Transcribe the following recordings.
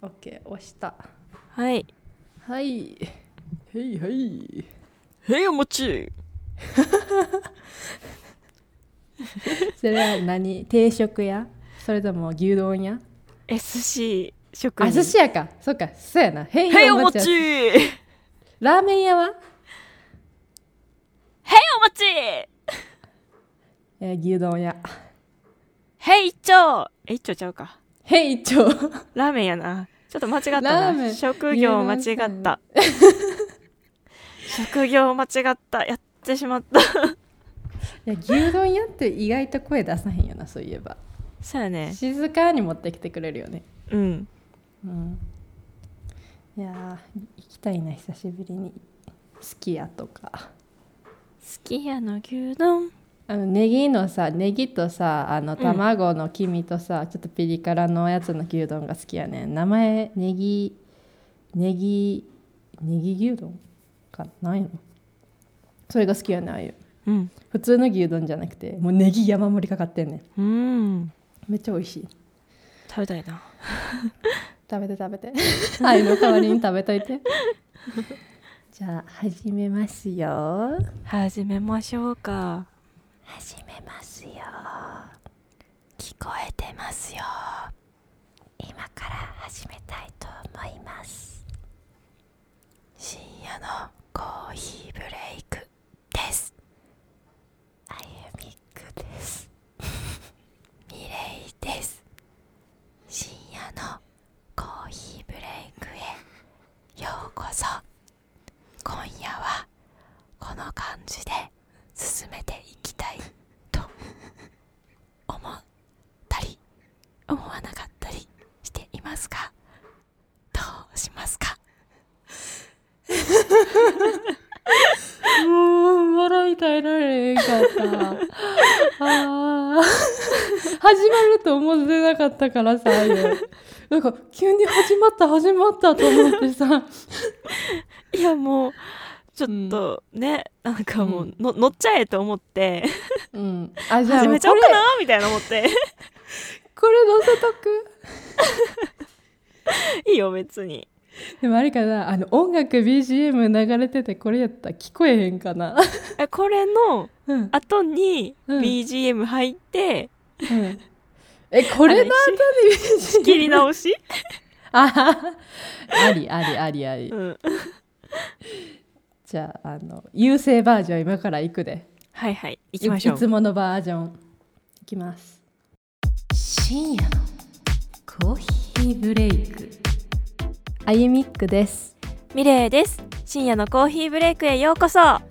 OK 押した。 はいはい。へいはいへいお餅それは何？定食屋？それとも牛丼屋？ 寿司職人。 寿司屋か。そっか、そうやな。へいへいおお餅餅は。 へいラーメン屋はお餅牛丼屋。 へい一丁一丁ちゃうか。 へい一丁ラーメンやな。ちょっと間違ったな。 ラーメン職業間違った職業間違った。やってしまったいや牛丼屋って意外と声出さへんよな、そういえば。 そうやね。 静かに持ってきてくれるよね。 うん、 いや行きたいな、久しぶりに。すき家とか。 すき家の牛丼。 ネギのさ、ネギとさ、卵の黄身とさ、ちょっとピリ辛のやつの牛丼が好きやねん。名前ネギ牛丼かなんやの。それが好きやねん。ああいう普通の牛丼じゃなくて、もうネギ山盛りかかってんねん。めっちゃ美味しい。 食べたいな食べて愛の代わりに食べといてじゃあ始めますよ。 始めましょうか。 始めますよ。 聞こえてますよ。 今から始めたいと思います。 深夜のコーヒーブレイクです。 あゆみくです。 ミレイです。深夜のコーヒーブレイクへようこそ。今夜はこの感じで進めていきたいと思ったり思わなかったりしていますが、どうしますか？ もう笑い耐えられへんかった始まると思ってなかったからさ、なんか急に始まったと思ってさいやもうちょっとね、なんかもう乗っちゃえと思ってじゃあ始めちゃおうかなみたいな思ってこれ乗せとくいいよ別に。 でもあれかな、音楽 BGM 流れててこれやったら聞こえへんかなこれの後に BGM 入って、 これの後に BGM 仕切り直しあり、じゃあ優勢バージョン今から行くで。 はいはい、行きましょう。 いつものバージョンいきます。深夜のコーヒーブレイク。あゆみっくです。 ミレイです。深夜のコーヒーブレイクへようこそ。 はい、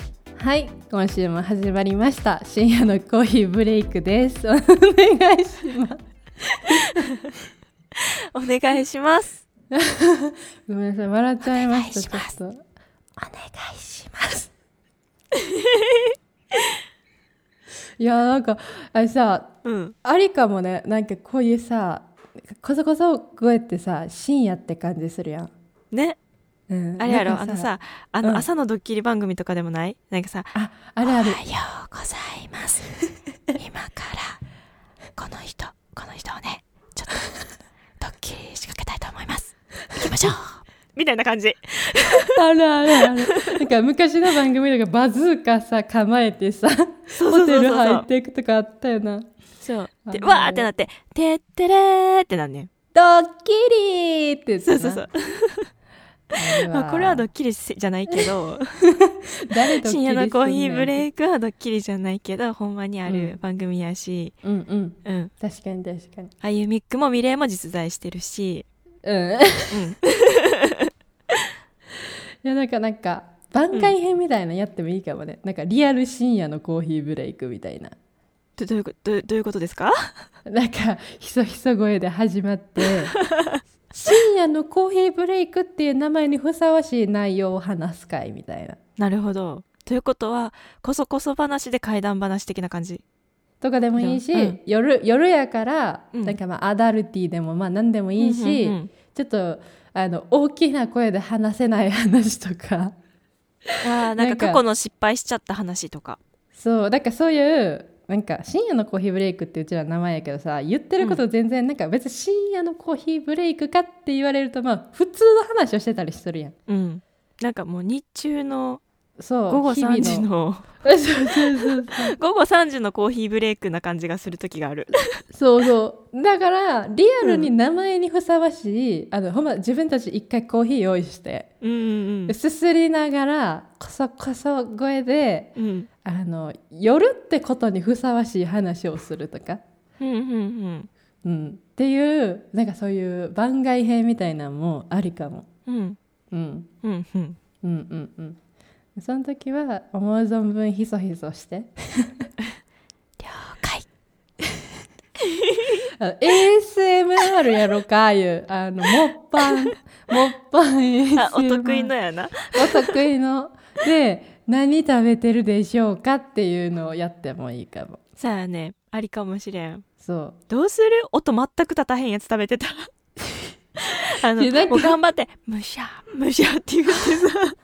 今週も始まりました深夜のコーヒーブレイクです。お願いしますお願いしますごめんなさい、笑っちゃいました。ちょっとお願いしますいやなんかあれさ、ありかもね。なんかこういうさこそこそ声ってさ深夜って感じするやんね、あれやろ、さ朝のドッキリ番組とかでもない？なんかさ、 あるおはようございます今からこの人をねちょっとドッキリ仕掛けたいと思います、行きましょうみたいな感じあるなんか昔の番組とかバズーカさ構えてさホテル入っていくとかあったよな。 そうでわーってなっててってれーってなんねん、 ドッキリーって言ってな。 そうこれはドッキリじゃないけど深夜のコーヒーブレイクはドッキリじゃないけどほんまにある番組やし、 確かにあゆみっくもミレイも実在してるし、 いやなんか番外編みたいなのやってもいいかもね、なんかリアル深夜のコーヒーブレイクみたいな。 どういうことですか？ なんかひそひそ声で始まって深夜のコーヒーブレイクっていう名前にふさわしい内容を話す会みたいな。 なるほど。ということはこそこそ話で怪談話的な感じとかでもいいし、夜やから、なんかアダルティーでも何でもいいし、ちょっと大きな声で話せない話とかなんか過去の失敗しちゃった話とか。 そうだからそういうなんか深夜のコーヒーブレイクってうちら名前やけどさ、言ってること全然なんか別に深夜のコーヒーブレイクかって言われると、まあ普通の話をしてたりするやん。 うん、なんかもう日中のそう午後3時日々 のそうそうそう午後3時のコーヒーブレイクな感じがする時がある。 そうそうだからリアルに名前にふさわしい、ほんま自分たち一回コーヒー用意して、 うんうんすすりながらこそこそ声で、 うん夜ってことにふさわしい話をするとか、 うんうんっていうなんかそういう番外編みたいなのもありかも。 うんうんうんうんうんうんうん。その時は思う存分ひそひそして了解。 ASMR やろかあいうもっぱんあ、お ASMR 得意のやな。 お得意ので何食べてるでしょうかっていうのをやってもいいかも。 さあね、ありかもしれん。 そうどうする？音全く立たへんやつ食べてたらいやなんかもう頑張ってむしゃむしゃって言ってさ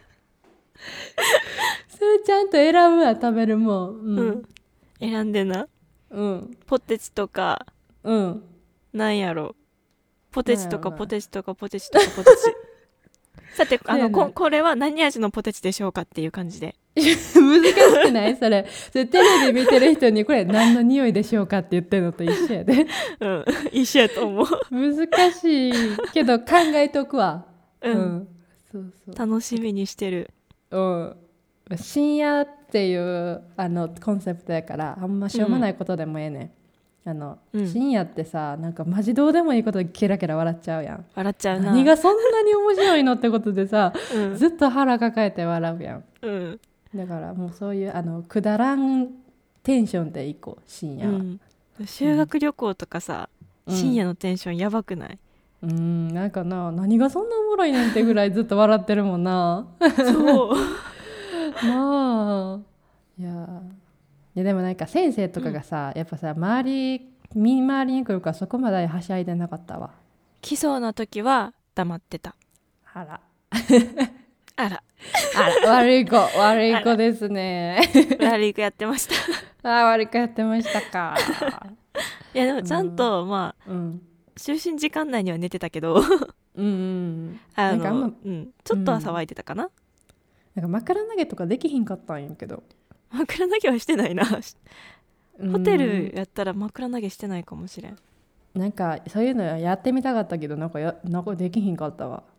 それちゃんと選ぶわ食べるもん。 うん選んでな。 うんポテチとかうんなんやろ、ポテチとかなんやろなポテチとかポテチとかポテチさてそうやなこれは何味のポテチでしょうかっていう感じで。 難しくないそれテレビ見てる人にこれ何の匂いでしょうかって言ってるのと一緒やでうん一緒やと思う。 難しいけど考えとくわ。 うんそうそう楽しみにしてる。 深夜っていうコンセプトやからあんましょうもないことでもええねん、深夜ってさなんかマジどうでもいいことでケラケラ笑っちゃうやん。 笑っちゃうな。 何がそんなに面白いのってことでさ、 うんずっと腹抱えて笑うやん。 うんだからもうそういうくだらんテンションでいこう深夜は。 修学旅行とかさ、 うん深夜のテンションやばくない？ なんかな何がそんなおもろいねんってぐらいずっと笑ってるもんなそうまあいやでもなんか先生とかがさ、やっぱさ見回りに来るからそこまではしゃいでなかったわ。 来そうな時は黙ってた。 あらあら悪い子ですね悪い子やってました悪い子やってましたかいやでもちゃんと、まあうん就寝時間内には寝てたけどなんかあんまちょっとは騒いでたかな、 なんか枕投げとかできひんかったんやけど枕投げはしてないな。ホテルやったら枕投げしてないかもしれん。 なんかそういうのやってみたかったけどなんかできひんかったわ。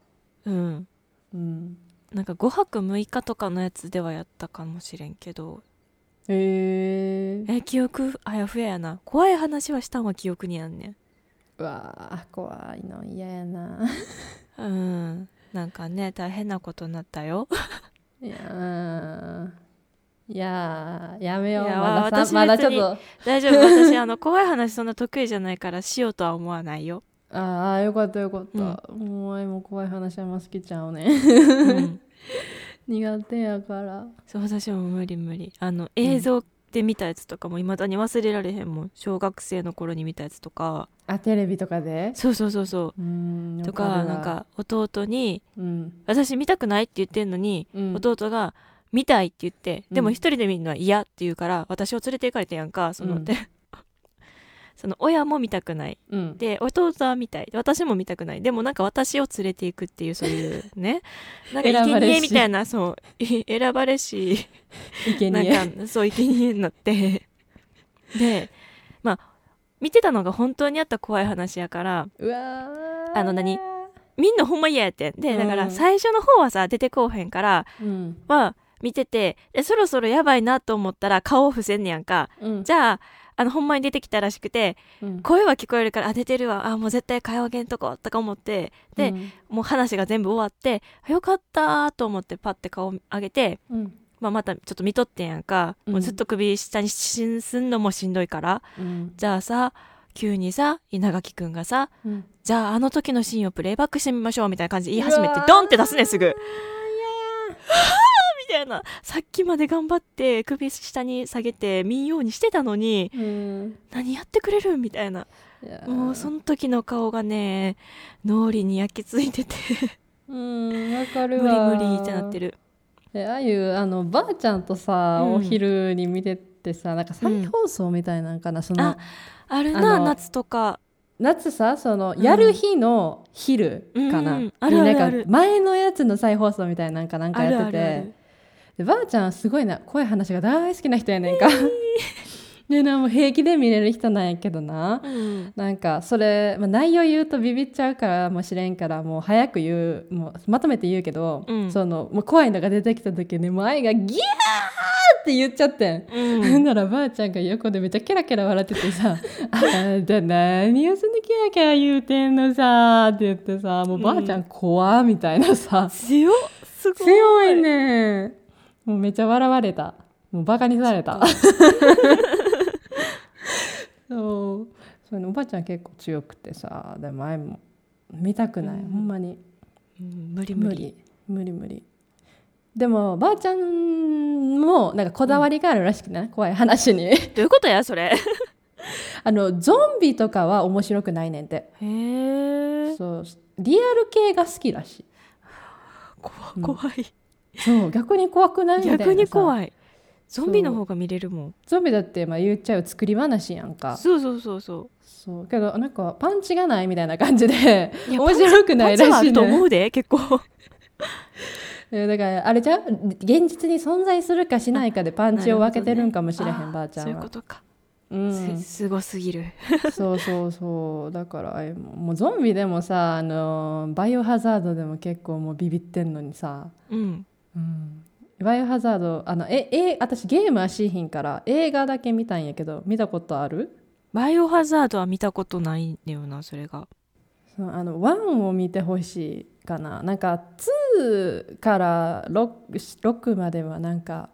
なんか5泊6日とかのやつではやったかもしれんけど、記憶あやふややな。怖い話はしたんは記憶にあんねん。 うわー怖いの嫌やななんかね大変なことになったよいややめよう。 いやまだちょっと大丈夫。私怖い話そんな得意じゃないからしようとは思わないよ。 ああよかったよかった、もう怖い話あんま好きちゃうね、苦手やから。 そう私も無理。映像で見たやつとかも未だに忘れられへんもん。小学生の頃に見たやつとか。 テレビとかでそうとかなんか弟に、私見たくないって言ってんのに、弟が見たいって言って、でも一人で見るのは嫌って言うから私を連れて行かれてやんか。その親も見たくない、で弟は見たい、私も見たくない、でもなんか私を連れていくっていうそういうねなんか生贄みたいな、そう選ばれしなんかそう生贄になってでまあ見てたのが本当にあった怖い話やから、みんなほんま嫌やってんで、だから最初の方はさ出てこうへんから、見ててそろそろやばいなと思ったら顔を伏せんねやんか、じゃあほんまに出てきたらしくて、声は聞こえるから出てるわ、もう絶対会話げんとことか思って、で、もう話が全部終わってよかったと思ってパッて顔上げて、またちょっと見とってんやんか、もうずっと首下にすんのもしんどいから、じゃあさ急にさ稲垣くんがさ、じゃああの時のシーンをプレイバックしてみましょうみたいな感じで言い始めてドンって出すねすぐみたいな、さっきまで頑張って首下に下げて見んようにしてたのに、何やってくれるみたいな、もうその時の顔がね脳裏に焼き付いててわかるわ、 無理ってなってる。 ああいうばあちゃんとさ、お昼に見てってさ、なんか再放送みたいなんかな、そのあるな、夏とか夏さ、そのやる日の昼かな、 あるあるある、 なんか前のやつの再放送みたいなんかなんかやってて、 あるあるある、 でばあちゃんはすごいな、怖い話が大好きな人やねんかでな、もう平気で見れる人なんやけどな、なんかそれ、内容言うとビビっちゃうからもしれんから、もう早く言う、もうまとめて言うけど、そのもう怖いのが出てきた時にもう愛がギャーって言っちゃってん、ならばあちゃんが横でめっちゃケラケラ笑っててさ「あんた何をそんなキャラキャラ言うてんのさ」って言ってさ、もうばあちゃん怖みたいなさ、 強いね。もうめっちゃ笑われた、もうバカにされたそうね、おばあちゃん結構強くてさ、でもあいも見たくない、ほんまに、 無理無理。でもばあちゃんもなんかこだわりがあるらしくない、怖い話にどういうことやそれゾンビとかは面白くないねんて。 へえ、 そう、リアル系が好きらしい。 怖い、 そう逆に怖くないみたいなさ。 逆に怖い。ゾンビの方が見れるもん。 ゾンビだって言っちゃう作り話やんか。 そうけどなんかパンチがないみたいな感じで面白くないらしいね。 パンチはあると思うで結構だからあれじゃ現実に存在するかしないかでパンチを分けてるんかもしれへん、ばあちゃんは。 そういうことか、 すごすぎるそうだからもうゾンビでもさ、バイオハザードでも結構もうビビってんのにさ、バイオハザード私ゲームはしひんから映画だけ見たんやけど、見たことある？ バイオハザードは見たことないんだよな、それが。 1を見てほしいかな。なんか2から 6まではなんか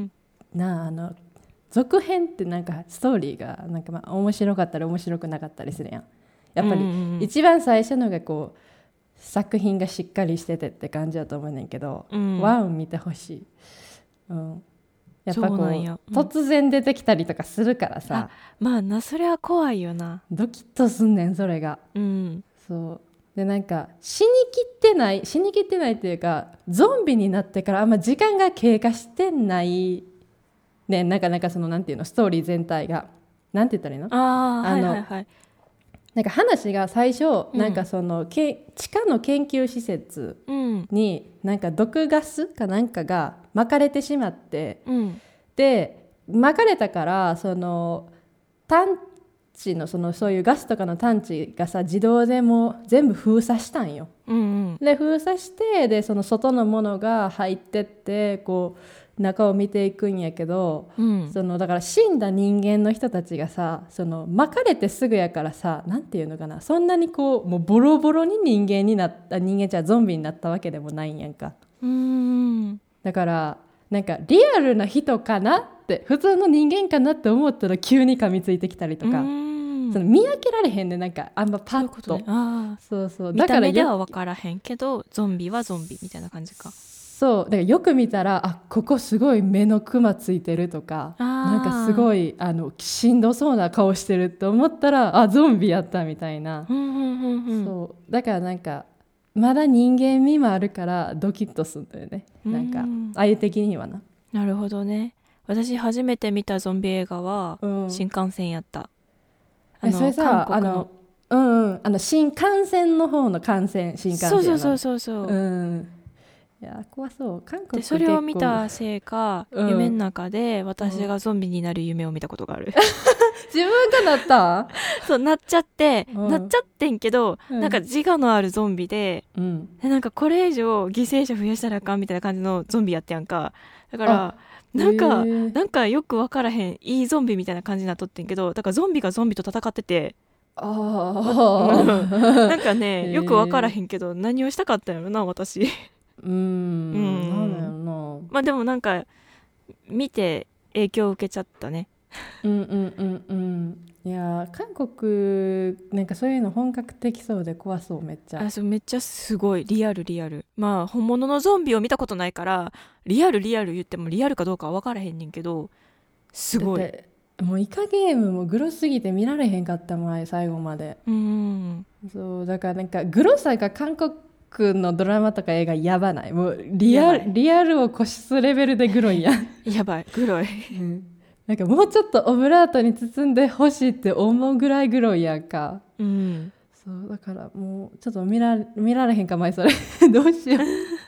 続編ってなんかストーリーがなんか面白かったり面白くなかったりするやん。やっぱり一番最初のがこう作品がしっかりしててって感じだと思うねんけど、1を見てほしい。やっぱこう突然出てきたりとかするからさ、 それは怖いよな。 ドキッとすんねんそれが。そうで、なんか死にきってないっていうか、ゾンビになってからあんま時間が経過してないね。なんかそのなんていうの、ストーリー全体がなんて言ったらいいの、なんか話が最初、なんかその地下の研究施設になんか毒ガスかなんかが撒かれてしまって、で撒かれたからその探知のそういうガスとかの探知がさ、自動でもう全部封鎖したんよ。で封鎖して、でその外のものが入ってってこう中を見ていくんやけど、だから死んだ人間の人たちがさ、巻かれてすぐやからさ、なんていうのかな、そんなにこうもうボロボロに人間じゃゾンビになったわけでもないんやんか。だからなんかリアルな人かなって、普通の人間かなって思ったら急に噛みついてきたりとか、見分けられへんね、なんかあんまパッと。そうだから見た目では分からへんけどゾンビはゾンビみたいな感じか。 そうだからよく見たら、ここすごい目のクマついてるとか、なんかすごいしんどそうな顔してると思ったらゾンビやったみたいな。そうだからなんかまだ人間味もあるからドキッとするんだよね、なんかああいう的にはな。 なるほどね。私初めて見たゾンビ映画は新幹線やった。 それさ、新幹線の方の新幹線やな。 そういや怖そう。韓国でそれを見たせいか、夢の中で私がゾンビになる夢を見たことがある自分がなったそうなっちゃってんけど、なんか自我のあるゾンビで、なんかこれ以上犠牲者増やしたらあかんみたいな感じのゾンビやってやんか。だからなんかよく分からへんいいゾンビみたいな感じになっとってんけど、だからゾンビがゾンビと戦ってて、なんかね、よく分からへんけど何をしたかったんやろな私。 なんだよな。 でもなんか見て影響を受けちゃったね。 いや韓国なんかそういうの本格的そうで怖そう。めっちゃめっちゃすごいリアル。本物のゾンビを見たことないからリアル言ってもリアルかどうかは分からへんねんけど、すごい。 もうイカゲームもグロすぎて見られへんかった前最後まで。そうだからなんかグロさが韓国のドラマとか映画やばない。もうリアルを固執すレベルでグロいやんやばいグロい、 なんかもうちょっとオブラートに包んでほしいって思うぐらいグロいやんか。 うんそうだからもうちょっと見られへんかまいそれどうしよ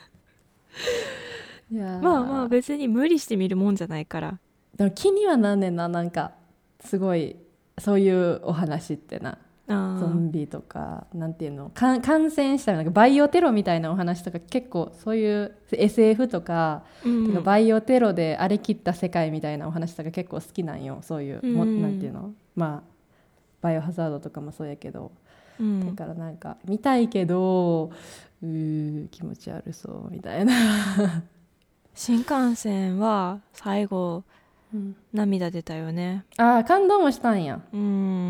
う。いやまあまあ別に無理して見るもんじゃないから。 でも気にはなんねんな、なんかすごいそういうお話ってな、ゾンビとかなんていうの、感染したなんかバイオテロみたいなお話とか結構そういう SF とか、てかバイオテロで荒れ切った世界みたいなお話とか結構好きなんよ。そういう、なんていうの、まあバイオハザードとかもそうやけど、だからなんか見たいけど気持ち悪そうみたいな新幹線は最後、涙出たよね。 感動もしたんや。い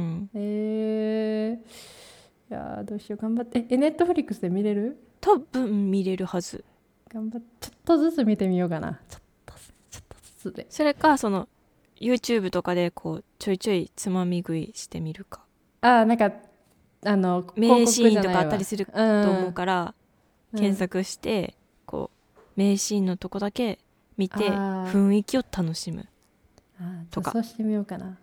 やどうしよう、頑張って。ネットフリックスで見れる？ 多分見れるはず。 頑張ってちょっとずつ見てみようかな。ちょっとずつで。 それかその YouTube とかでこうちょいちょいつまみ食いしてみるか。 なんか名シーンとかあったりすると思うから、検索してこう名シーンのとこだけ見て雰囲気を楽しむとか。 そうしてみようかな。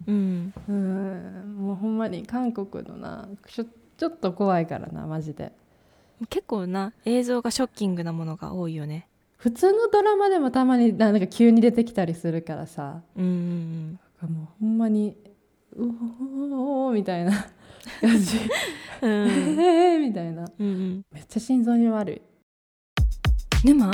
もうほんまに韓国のなちょっと怖いからなマジで。 結構な映像がショッキングなものが多いよね。 普通のドラマでもたまになんか急に出てきたりするからさ、もうほんまにおーみたいな感じみたいな、めっちゃ心臓に悪い。 沼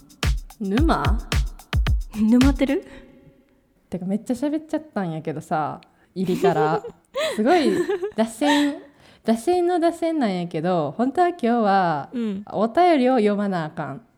ってる？ てかめっちゃ喋っちゃったんやけどさ、入りからすごい脱線なんやけど、本当は今日はお便りを読まなあかん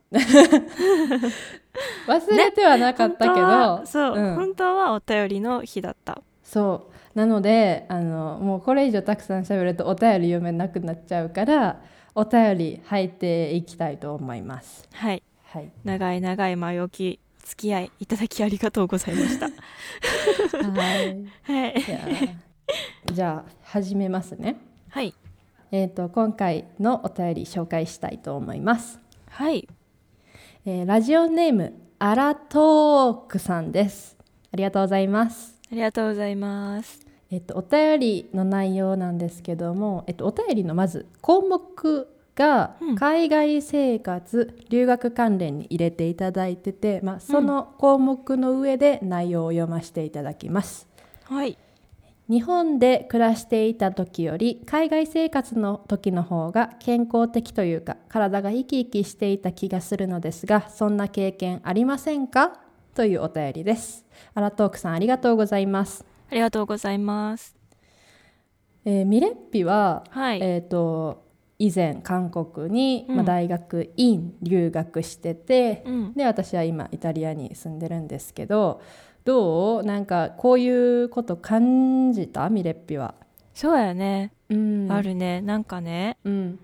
忘れてはなかったけど、 ね、本当はお便りの日だった。 そうなのでもうこれ以上たくさん喋るとお便り読めなくなっちゃうから、お便り入っていきたいと思います。 はい、長い前置き付き合いいただきありがとうございましたじゃあ始めますね。今回のお便り紹介したいと思います。ラジオネームアラトークさんです。ありがとうございます。 ありがとうございます。 お便りの内容なんですけども、お便りのまず項目が海外生活、留学関連に入れていただいてて、その項目の上で内容を読ませていただきます。日本で暮らしていた時より海外生活の時の方が健康的というか体が生き生きしていた気がするのですが、そんな経験ありませんか？というお便りです。アラトークさんありがとうございます。 ありがとうございます。 ミレッピは、以前韓国に、大学院留学してて、で私は今イタリアに住んでるんですけど、どう？なんかこういうこと感じた？ミレッピは。 そうやね、あるね。なんかね、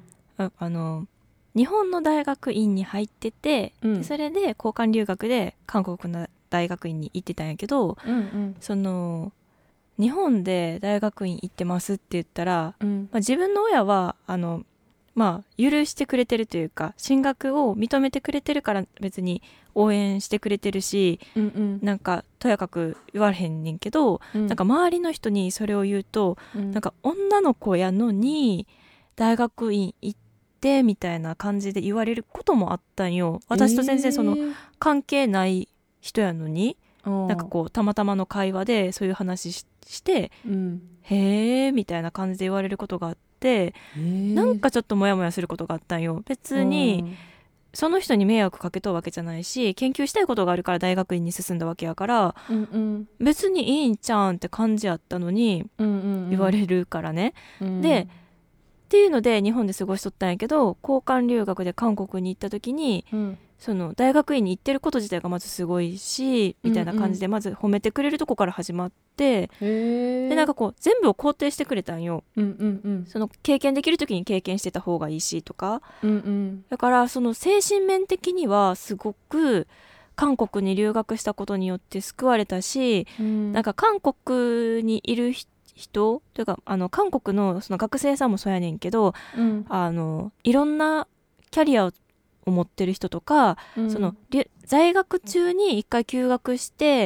日本の大学院に入ってて、でそれで交換留学で韓国の大学院に行ってたんやけど、その日本で大学院行ってますって言ったら、自分の親は許してくれてるというか進学を認めてくれてるから別に応援してくれてるし、なんかとやかく言われへんねんけど、なんか周りの人にそれを言うと、なんか女の子やのに大学院行ってみたいな感じで言われることもあったんよ。私と全然その関係ない人やのに、なんかこうたまたまの会話でそういう話して、へーみたいな感じで言われることがあって、なんかちょっとモヤモヤすることがあったんよ。別にその人に迷惑かけとうわけじゃないし、研究したいことがあるから大学院に進んだわけやから、別にいいんちゃうんって感じやったのに、言われるからね。でっていうので日本で過ごしとったんやけど、交換留学で韓国に行った時に、その大学院に行ってること自体がまずすごいしみたいな感じで、まず褒めてくれるとこから始まって、でなんかこう全部を肯定してくれたんよ。その経験できる時に経験してた方がいいしとか、だからその精神面的にはすごく韓国に留学したことによって救われたし、なんか韓国にいる人というか韓国のその学生さんもそうやねんけど、いろんなキャリアを持ってる人とか、その在学中に一回休学して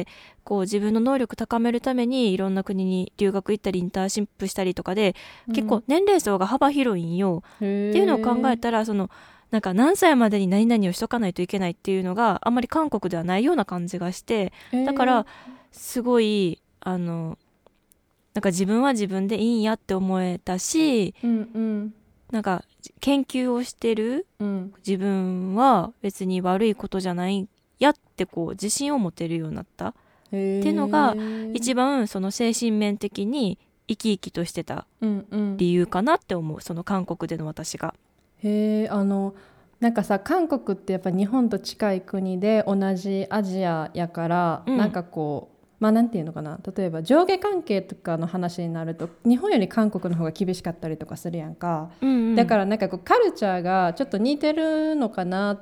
こう自分の能力高めるためにいろんな国に留学行ったりインターンシップしたりとかで、結構年齢層が幅広いんよ。っていうのを考えたら、なんか何歳までに何々をしとかないといけないっていうのがあんまり韓国ではないような感じがして、だからすごいなんか自分は自分でいいんやって思えたし、なんか研究をしてる自分は別に悪いことじゃないやってこう自信を持てるようになったっていうのが一番その精神面的に生き生きとしてた理由かなって思う、その韓国での私が。 なんかさ、韓国ってやっぱ日本と近い国で同じアジアやから、なんかこうまあなんていうのかな、例えば上下関係とかの話になると日本より韓国の方が厳しかったりとかするやんか、だからなんかこうカルチャーがちょっと似てるのかなって、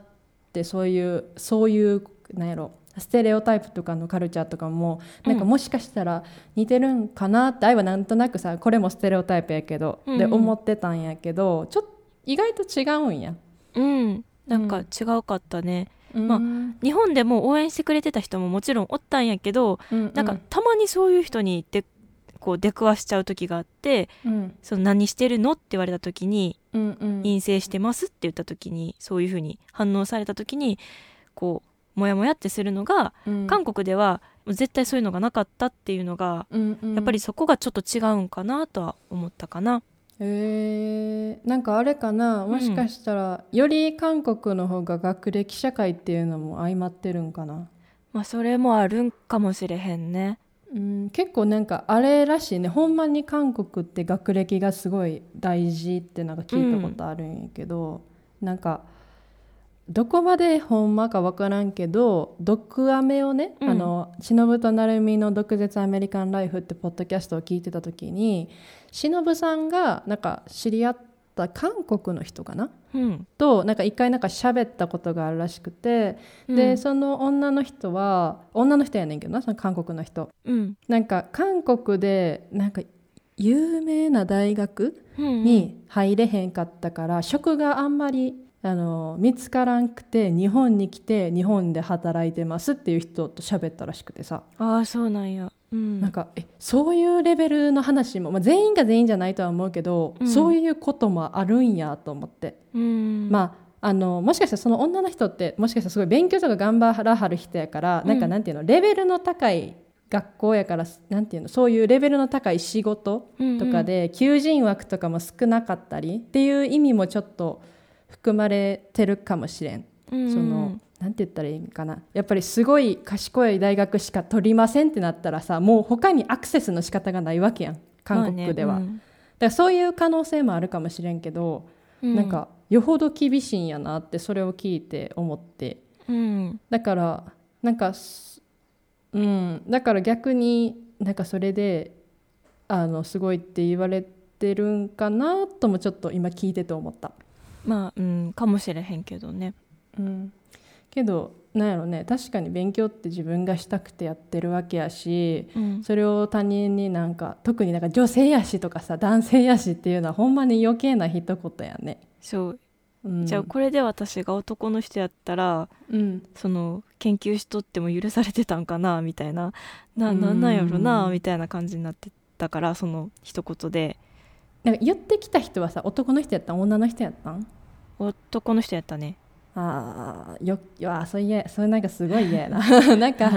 そういうなんやろ、ステレオタイプとかのカルチャーとかもなんかもしかしたら似てるんかなって、愛はなんとなくさ、これもステレオタイプやけど、で思ってたんやけど、ちょっと意外と違うんや。 なんか違うかったね。まあ、日本でも応援してくれてた人ももちろんおったんやけど、なんかたまにそういう人にこう出くわしちゃう時があって、その何してるのって言われた時に、陰性してますって言った時に、そういう風に反応された時にこうモヤモヤってするのが、韓国では絶対そういうのがなかったっていうのが、やっぱりそこがちょっと違うんかなとは思ったかな。 なんかあれかな、もしかしたら、より韓国の方が学歴社会っていうのも相まってるんかな。 まあそれもあるんかもしれへんね。 結構なんかあれらしいね、ほんまに韓国って学歴がすごい大事ってなんか聞いたことあるんやけど、なんかどこまでほんまか分からんけど、毒アメをね、忍と成海の毒舌アメリカンライフってポッドキャストを聞いてた時に、忍さんがなんか知り合った韓国の人かな、となんか一回なんか喋ったことがあるらしくて、でその女の人やねんけどな、その韓国の人、なんか韓国でなんか有名な大学に入れへんかったから、職があんまり見つからんくて、日本に来て日本で働いてますっていう人と喋ったらしくてさ。 そうなんや。 なんかそういうレベルの話も、全員が全員じゃないとは思うけど、そういうこともあるんやと思って、もしかしたらその女の人ってもしかしたらすごい勉強とか頑張らはる人やから、なんていうの、レベルの高い学校やから、なんていうの、そういうレベルの高い仕事とかで求人枠とかも少なかったりっていう意味もちょっと含まれてるかもしれん。なんて言ったらいいんかな、やっぱりすごい賢い大学しか取りませんってなったらさ、もう他にアクセスの仕方がないわけやん、韓国では。だからそういう可能性もあるかもしれんけど、なんかよほど厳しいんやなって、それを聞いて思って、だからなんかだから逆になんかそれですごいって言われてるんかなともちょっと今聞いてて思った。 かもしれへんけどね。 けどなんやろね、確かに勉強って自分がしたくてやってるわけやし、それを他人になんか、特になんか女性やしとかさ、男性やしっていうのはほんまに余計な一言やね。 そう、じゃあこれで私が男の人やったら、その研究しとっても許されてたんかなみたいな、なんやろなみたいな感じになってたから、その一言で。 なんか言ってきた人はさ、男の人やったん、女の人やったん？ 男の人やったね。 それなんかすごい嫌やななんか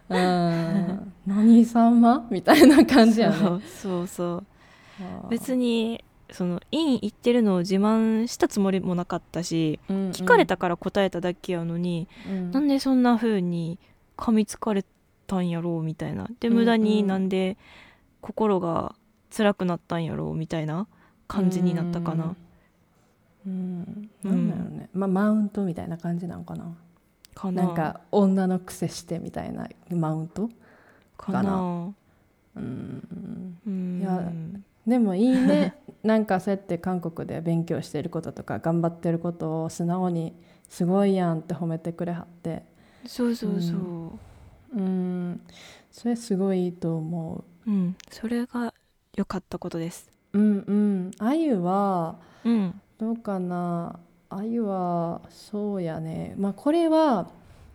何様みたいな感じやね。 そう別にその院行ってるのを自慢したつもりもなかったし、聞かれたから答えただけやのに、なんでそんな風に噛みつかれたんやろうみたいな、で無駄になんで心が辛くなったんやろうみたいな感じになったかな。 なんだろうね、マウントみたいな感じなのかな。なんか女のくせしてみたいなマウントかな。いやでもいいねなんかそうやって韓国で勉強してることとか頑張ってることを素直にすごいやんって褒めてくれはって、 そうそれすごいいいと思う。 それが良かったことです。 あゆはどうかな。あゆはそうやね、これは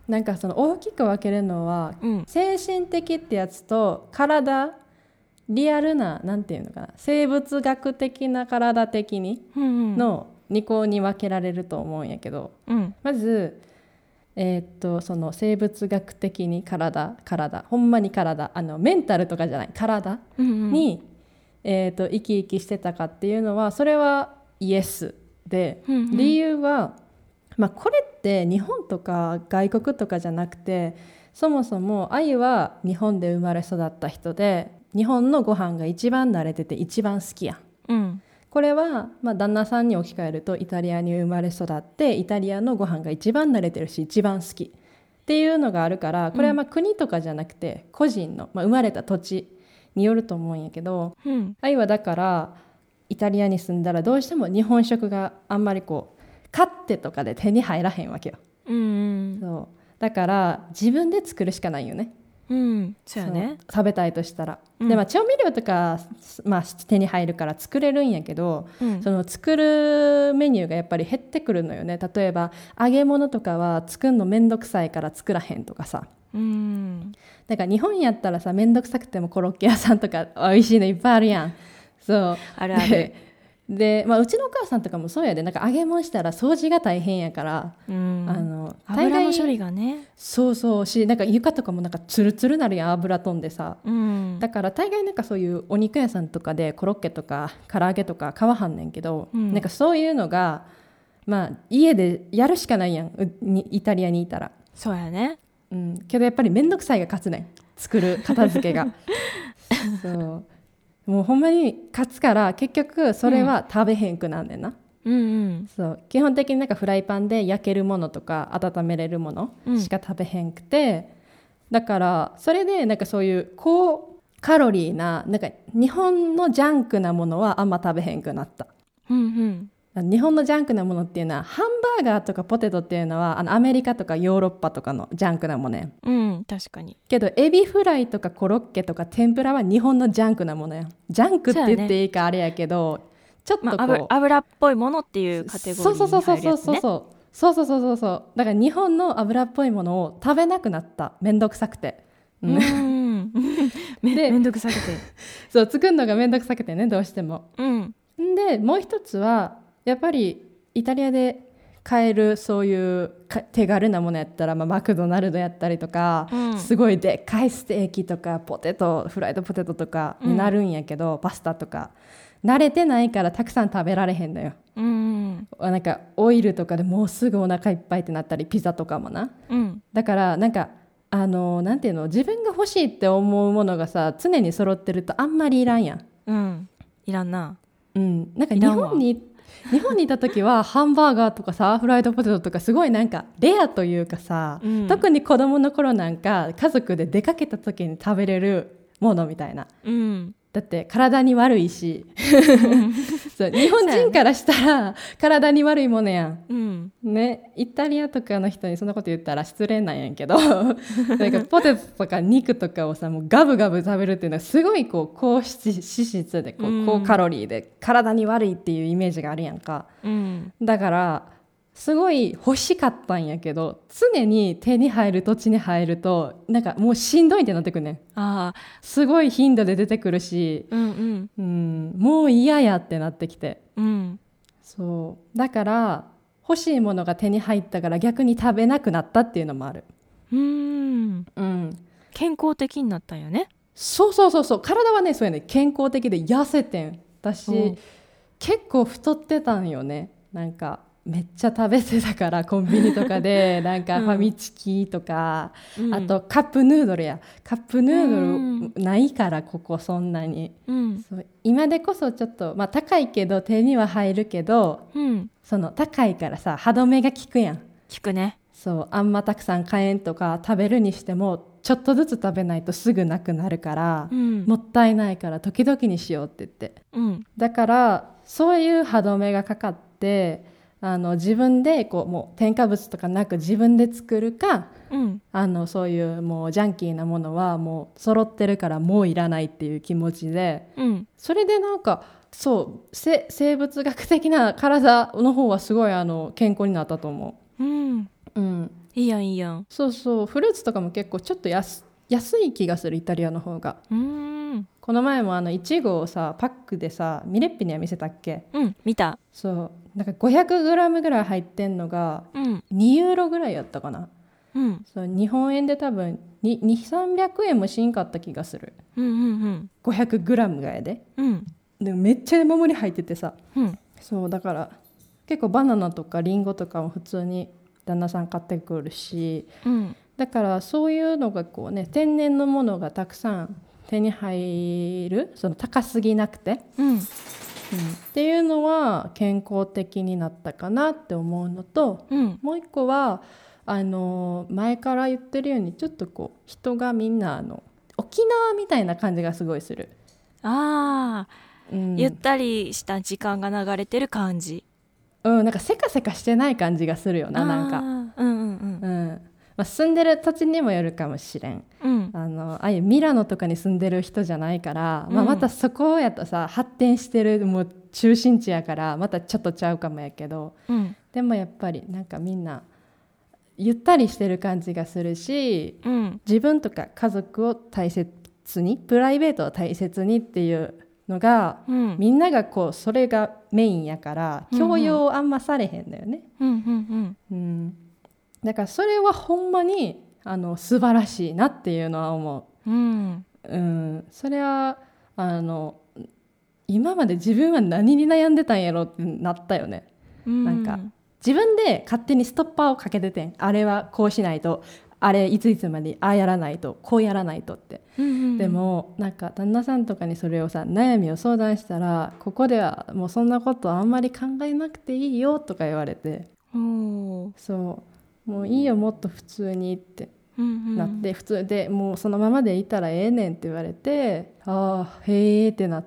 なんかその大きく分けるのは、精神的ってやつと体、リアルな、なんていうのかな、生物学的な体的にの2項に分けられると思うんやけど、まずその生物学的に体ほんまに体、メンタルとかじゃない体に、生き生きしてたかっていうのは、それはイエスで、理由は、これって日本とか外国とかじゃなくて、そもそも愛は日本で生まれ育った人で、日本のご飯が一番慣れてて一番好きやん、これは、旦那さんに置き換えるとイタリアに生まれ育ってイタリアのご飯が一番慣れてるし一番好きっていうのがあるから、これは国とかじゃなくて個人の、生まれた土地によると思うんやけど、愛はだからイタリアに住んだらどうしても日本食があんまりこう買ってとかで手に入らへんわけよ、そうだから自分で作るしかないよね。 そうやね。 食べたいとしたら、で調味料とか、手に入るから作れるんやけど、その作るメニューがやっぱり減ってくるのよね。例えば揚げ物とかは作るのめんどくさいから作らへんとかさ、だから日本やったらさ、めんどくさくてもコロッケ屋さんとか美味しいのいっぱいあるやん。そうあるあるで、うちのお母さんとかもそうやで、なんか揚げ物したら掃除が大変やから、 油の処理がね、 そうし、なんか床とかもなんかツルツルなるやん、油飛んでさ、だから大概なんかそういうお肉屋さんとかでコロッケとか唐揚げとか買わはんねんけど、なんかそういうのが家でやるしかないやん、イタリアにいたら。 そうやね、 けどやっぱり面倒くさいが勝つねん、作る片付けがそうもうほんまに勝つから、結局それは食べへんくなんねんな、そう基本的になんかフライパンで焼けるものとか温めれるものしか食べへんくて、だからそれでなんかそういう高カロリーな、なんか日本のジャンクなものはあんま食べへんくなった、日本のジャンクなものっていうのは、ハンバーガーとかポテトっていうのはアメリカとかヨーロッパとかのジャンクなものやん、 確かに。 けどエビフライとかコロッケとか天ぷらは日本のジャンクなものやん。ジャンクって言っていいかあれやけど、ちょっとこう、 油っぽいものっていうカテゴリーに入るやつね。 そうだから日本の油っぽいものを食べなくなった、めんどくさくて、 めんどくさくてそう作るのがめんどくさくてね、どうしても、でもう一つはやっぱりイタリアで買えるそういう手軽なものやったら、マクドナルドやったりとか、すごいでっかいステーキとかポテト、フライドポテトとかになるんやけど、パスタとか慣れてないからたくさん食べられへんのよ、なんかオイルとかでもうすぐお腹いっぱいってなったり、ピザとかもな、だからなんかなんていうの、自分が欲しいって思うものがさ、常に揃ってるとあんまりいらんやん、 いらんな、 なんか日本にいた時はハンバーガーとかさ、フライドポテトとかすごいなんかレアというかさ、特に子供の頃なんか家族で出かけた時に食べれるものみたいな、だって体に悪いしそう日本人からしたら体に悪いものやん、ね、イタリアとかの人にそんなこと言ったら失礼なんやけどなんかポテトとか肉とかをさ、もうガブガブ食べるっていうのはすごいこう高脂質で高カロリーで体に悪いっていうイメージがあるやんか、だからすごい欲しかったんやけど、常に手に入る土地に入るとなんかもうしんどいってなってくるねん。すごい頻度で出てくるし、もう嫌やってなってきて、そうだから欲しいものが手に入ったから逆に食べなくなったっていうのもある。 健康的になったんよね。 そう体はね、そうやね、健康的で痩せてん。私結構太ってたんよね。なんかめっちゃ食べてたから、コンビニとかでなんかファミチキとか、あとカップヌードルないからここそんなに、そう今でこそちょっと、高いけど手には入るけど、その高いからさ歯止めが効くやん。 効くね。 そうあんまたくさん買えんとか、食べるにしてもちょっとずつ食べないとすぐなくなるから、もったいないから時々にしようって言って、だからそういう歯止めがかかって、自分でこうもう添加物とかなく自分で作るか、そういうもうジャンキーなものはもう揃ってるからもういらないっていう気持ちで、それでなんかそう生物学的な体の方はすごい健康になったと思う。 うん、 いいやんいいやん。 そうそう、フルーツとかも結構ちょっと安い気がする、イタリアの方が。この前もいちごをさパックでさ、ミレッピには見せたっけ。 見た。 そうなんか 500g ぐらい入ってんのが2ユーロぐらいやったかな。そう日本円で多分200-300円もしんかった気がする。500g がやで。でもめっちゃ山盛り入っててさ、そうだから結構バナナとかリンゴとかも普通に旦那さん買ってくるし、だからそういうのがこうね、天然のものがたくさん手に入る、その高すぎなくて、っていうのは健康的になったかなって思うのと、もう一個は前から言ってるようにちょっとこう人がみんな沖縄みたいな感じがすごいする。 ゆったりした時間が流れてる感じ。 なんかせかせかしてない感じがするよな、なんか。住んでる土地にもよるかもしれん。ああいうミラノとかに住んでる人じゃないから、またそこやとさ発展してるもう中心地やからまたちょっとちゃうかもやけど、でもやっぱりなんかみんなゆったりしてる感じがするし、自分とか家族を大切に、プライベートを大切にっていうのが、みんながこうそれがメインやから強要あんまされへんだよね。だからそれはほんまに素晴らしいなっていうのは思う。それは今まで自分は何に悩んでたんやろってなったよね。なんか自分で勝手にストッパーをかけててん。あれはこうしないと、あれいついつまでああやらないと、こうやらないとって、でもなんか旦那さんとかにそれをさ悩みを相談したら、ここではもうそんなことあんまり考えなくていいよとか言われて、そうもういいよ、もっと普通にってなって、普通でもうそのままでいたらええねんって言われて、ああへえってなって、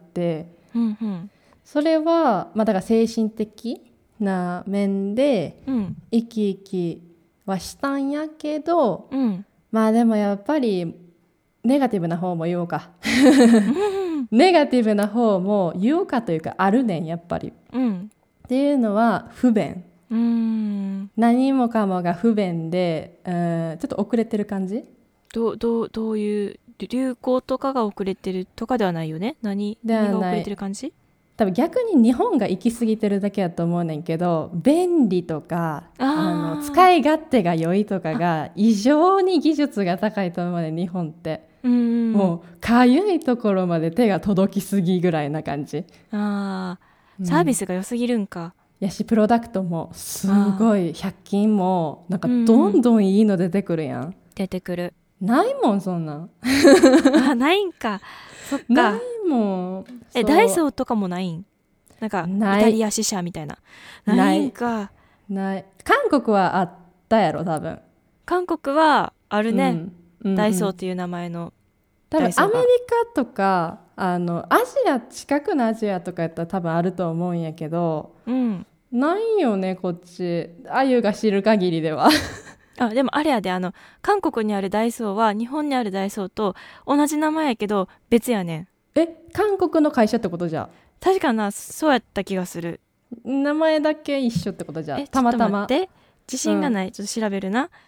それはだから精神的な面で生き生きはしたんやけど、でもやっぱりネガティブな方も言おうかネガティブな方も言おうかというかあるねん、やっぱり、っていうのは不便。何もかもが不便で、ちょっと遅れてる感じ。 どういう流行とかが遅れてるとかではないよね。何が遅れてる感じ。 多分逆に日本が行き過ぎてるだけだと思うねんけど、便利とか使い勝手が良いとかが異常に技術が高いと思うねん、日本って。もうかゆいところまで手が届きすぎぐらいな感じ。 サービスが良すぎるんか。 やしプロダクトもすごい、100均もなんかどんどんいいの出てくるやん。 出てくる。 ないもんそんなんないんか。そっか。 ないもん。 ダイソーとかもないん。なんかイタリア支社みたいな。ないんか。 ない。韓国はあったやろ多分。 韓国はあるね、ダイソーっていう名前の。 多分アメリカとかアジア、近くのアジアとかやったら多分あると思うんやけど、ないよねこっち、あゆが知る限りではでもあれやで、韓国にあるダイソーは日本にあるダイソーと同じ名前やけど別やねん。 韓国の会社ってことじゃ。 確かな、そうやった気がする。 名前だけ一緒ってことじゃ。たまたま。 ちょっと待って、自信がない、ちょっと調べるな。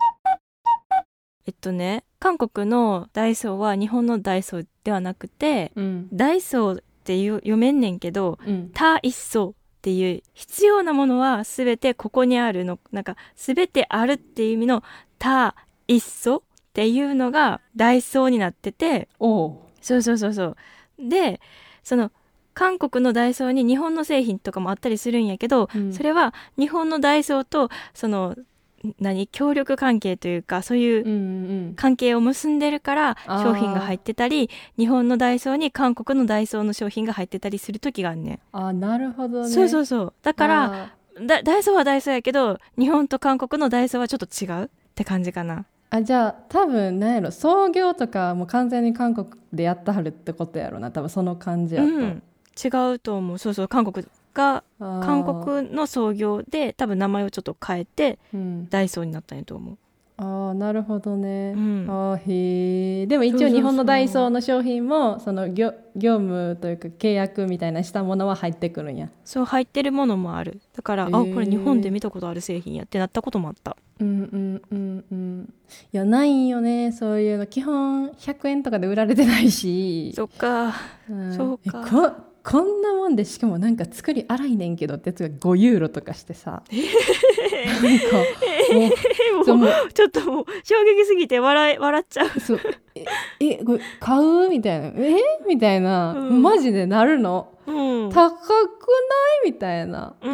韓国のダイソーは日本のダイソーではなくて、ダイソーって読めんねんけど、タイソーっていう必要なものは全てここにあるの、なんか全てあるっていう意味のタイソーっていうのがダイソーになってて、そうで、その韓国のダイソーに日本の製品とかもあったりするんやけど、それは日本のダイソーとその協力関係というか、そういう関係を結んでるから商品が入ってたり、日本のダイソーに韓国のダイソーの商品が入ってたりする時があるねん。 なるほどね。 そうだからダイソーはダイソーやけど日本と韓国のダイソーはちょっと違うって感じかな。 じゃあ多分何やろ、創業とかもう完全に韓国でやったはるってことやろな、多分その感じやと。 違うと思う。そう韓国の創業で多分名前をちょっと変えて、ダイソーになったんやと思う。 ああ、なるほどね。 うんあーへー。でも一応日本のダイソーの商品もその業務というか契約みたいなしたものは入ってくるんや。 そう入ってるものもある。だから、 へーこれ日本で見たことある製品やってなったこともあった。 うんうんうんうん。いや、ないんよね、そういうの。基本100円とかで売られてないし。 そっか。 うんそうか。 こんなもんで、しかもなんか作り荒いねんけどってやつが5ユーロとかしてさ。なんかももううちょっともう衝撃すぎて笑っちゃう。 そうこれ買うみたいなみたいな、 うんマジでなるの。 うん。 高くないみたいな、 うん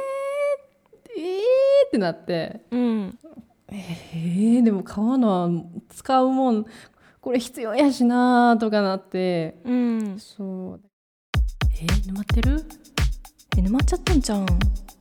ってなって、 うんでも買うのは使うもんこれ必要やしなとかなって、 うんそう沼ってる？ 沼っちゃったんじゃん。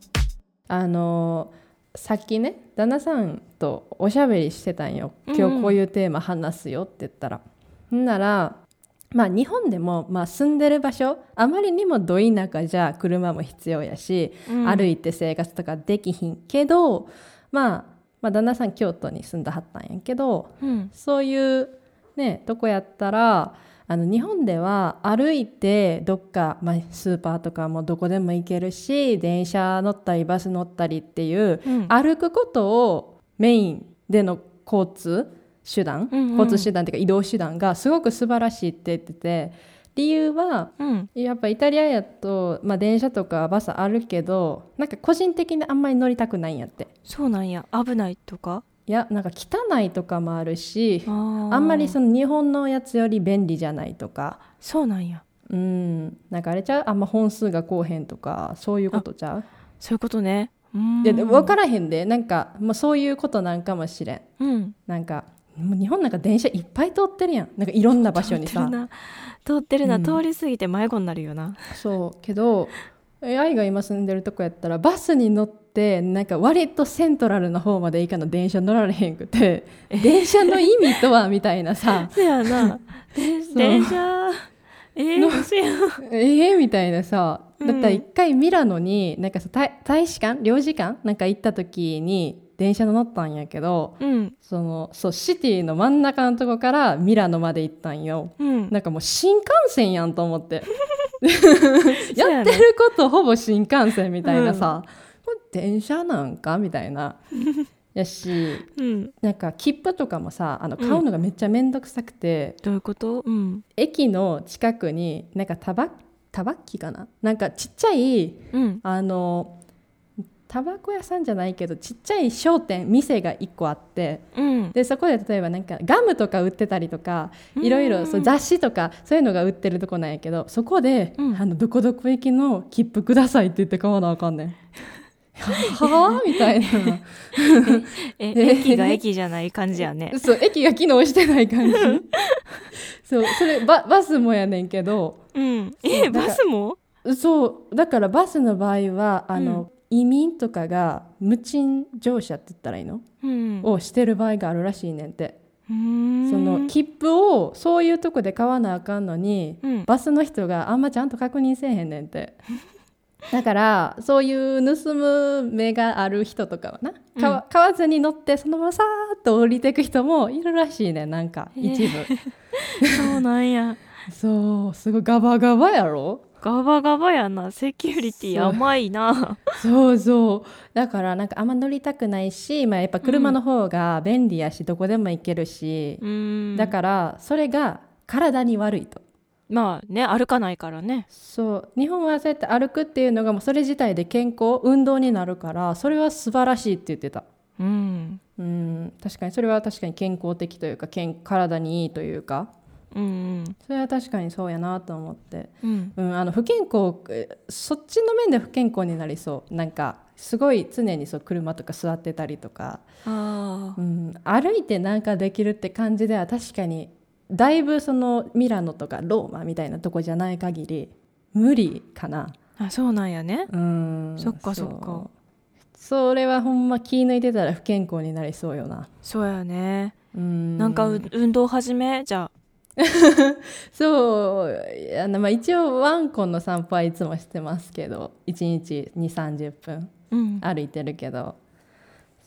さっきね旦那さんとおしゃべりしてたんよ。今日こういうテーマ話すよって言ったら、んならまあ日本でも、住んでる場所あまりにもど田舎じゃ車も必要やし、歩いて生活とかできひんけど、まあ旦那さん京都に住んだはったんやけど、そういうねとこやったら日本では歩いてどっか、スーパーとかもどこでも行けるし、電車乗ったりバス乗ったりっていう、歩くことをメインでの交通手段、交通手段っていうか移動手段がすごく素晴らしいって言ってて、理由は、やっぱイタリアやと、電車とかバスあるけどなんか個人的にあんまり乗りたくないんやって。 そうなんや。危ないとか？ いやなんか汚いとかもあるし、 あんまりその日本のやつより便利じゃないとか。 そうなんや。 なんかあれちゃう、あんま本数がこうへんとかそういうことちゃう？ そういうことね。 いやでも分からへんで、なんかもうそういうことなんかもしれん。なんかもう日本なんか電車いっぱい通ってるやん、なんかいろんな場所にさ。 通ってるな、通り過ぎて迷子になるよな。 そうけど愛が今住んでるとこやったらバスに乗ってなんか割とセントラルの方まで行かの電車乗られへんくて、電車の意味とはみたいなさそうやな。電車嘘やん。 みたいなさ。だったら一回ミラノになんか大使館領事館なんか行った時に電車乗ったんやけど、そうシティの真ん中のとこからミラノまで行ったんよ。なんかもう新幹線やんと思ってやってることほぼ新幹線みたいなさ、これ電車なんかみたいなやし、なんか切符とかもさ買うのがめっちゃめんどくさくて、 どういうこと？ 駅の近くになんかタバッキかな、なんかちっちゃい、タバコ屋さんじゃないけどちっちゃい商店店が1個あって、でそこで例えばなんかガムとか売ってたりとかいろいろ雑誌とかそういうのが売ってるとこなんやけど、そこで、どこどこ行きの切符くださいって言って買わなあかんねんはぁみたいな駅が駅じゃない感じやね。 そう駅が機能してない感じそうそれバスもやねんけど、 バスも？ そうだからバスの場合は移民とかが無賃乗車って言ったらいいの、をしてる場合があるらしいねんて。その切符をそういうとこで買わなあかんのに、バスの人があんまちゃんと確認せえへんねんて。だからそういう盗む目がある人とかはな、買わずに乗ってそのままさーっと降りていく人もいるらしいね、なんか一部そうなんや。 そうすごいガバガバやろ。 ガバガバやな。セキュリティ甘いな。 そうだからなんかあんま乗りたくないし、やっぱ車の方が便利やし、どこでも行けるし、だからそれが体に悪いと。 歩かないからね。 そう日本はそうやって歩くっていうのがもうそれ自体で健康運動になるから、それは素晴らしいって言ってた。確かにそれは確かに健康的というか体にいいというか、それは確かにそうやなと思って、不健康、そっちの面で不健康になりそう。なんかすごい常に車とか座ってたりとか、歩いてなんかできるって感じでは確かにだいぶそのミラノとかローマみたいなとこじゃない限り無理かな。 そうなんやね。そっか。 それはほんま気抜いてたら不健康になりそうよな。 そうやね。なんか運動始めじゃあそう一応ワンコの散歩はいつもしてますけど、1日 2,30 分歩いてるけど、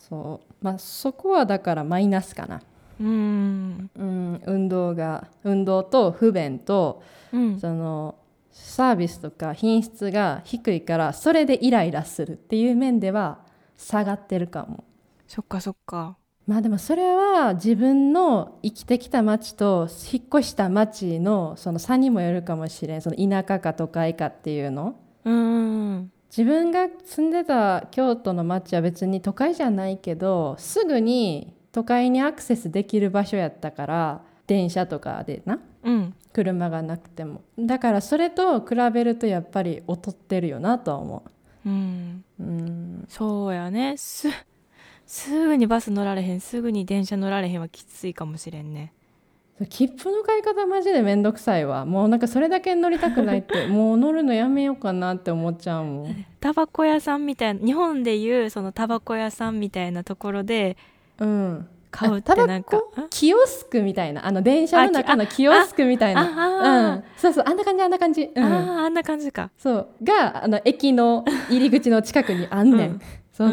そうまあそこはだからマイナスかな。運動と不便と、そのサービスとか品質が低いからそれでイライラするっていう面では下がってるかも。 そっかそっか。 まあでもそれは自分の生きてきた町と引っ越した町のその差にもよるかもしれん。その田舎か都会かっていうの。自分が住んでた京都の町は別に都会じゃないけどすぐに都会にアクセスできる場所やったから電車とかでな、車がなくてもだからそれと比べるとやっぱり劣ってるよなとは思う。 そうやね。すぐにバス乗られへん、すぐに電車乗られへんはきついかもしれんね。 切符の買い方マジでめんどくさいわ。もうなんかそれだけ乗りたくないってもう乗るのやめようかなって思っちゃうもん。 タバコ屋さんみたいな、日本でいうそのタバコ屋さんみたいなところで買うってなんかキオスクみたいな電車の中のキオスクみたいな、そうそうあんな感じあんな感じ、 あんな感じか。 そうが駅の入り口の近くにあんねん、そう。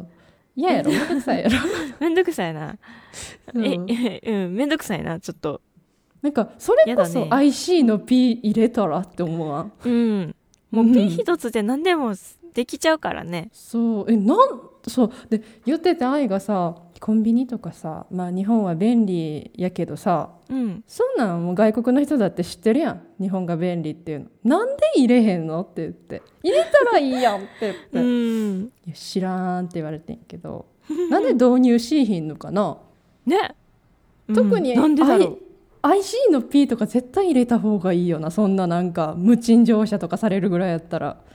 嫌やろ、めんどくさいやろめんどくさいな、めんどくさいな、ちょっとなんかそれこそ IC の P 入れたらって思わん？ もう P 一つで何でもできちゃうからね。 そうそうで言ってて愛がさコンビニとかさ、まあ日本は便利やけどさ、そんなんもう外国の人だって知ってるやん、日本が便利っていうの。なんで入れへんのって言って入れたらいいやんって言っていや知らんって言われてんけどなんで導入しひんのかなね、特になんでだろう。IC の P とか絶対入れた方がいいよな、そんななんか無賃乗車とかされるぐらいやったら。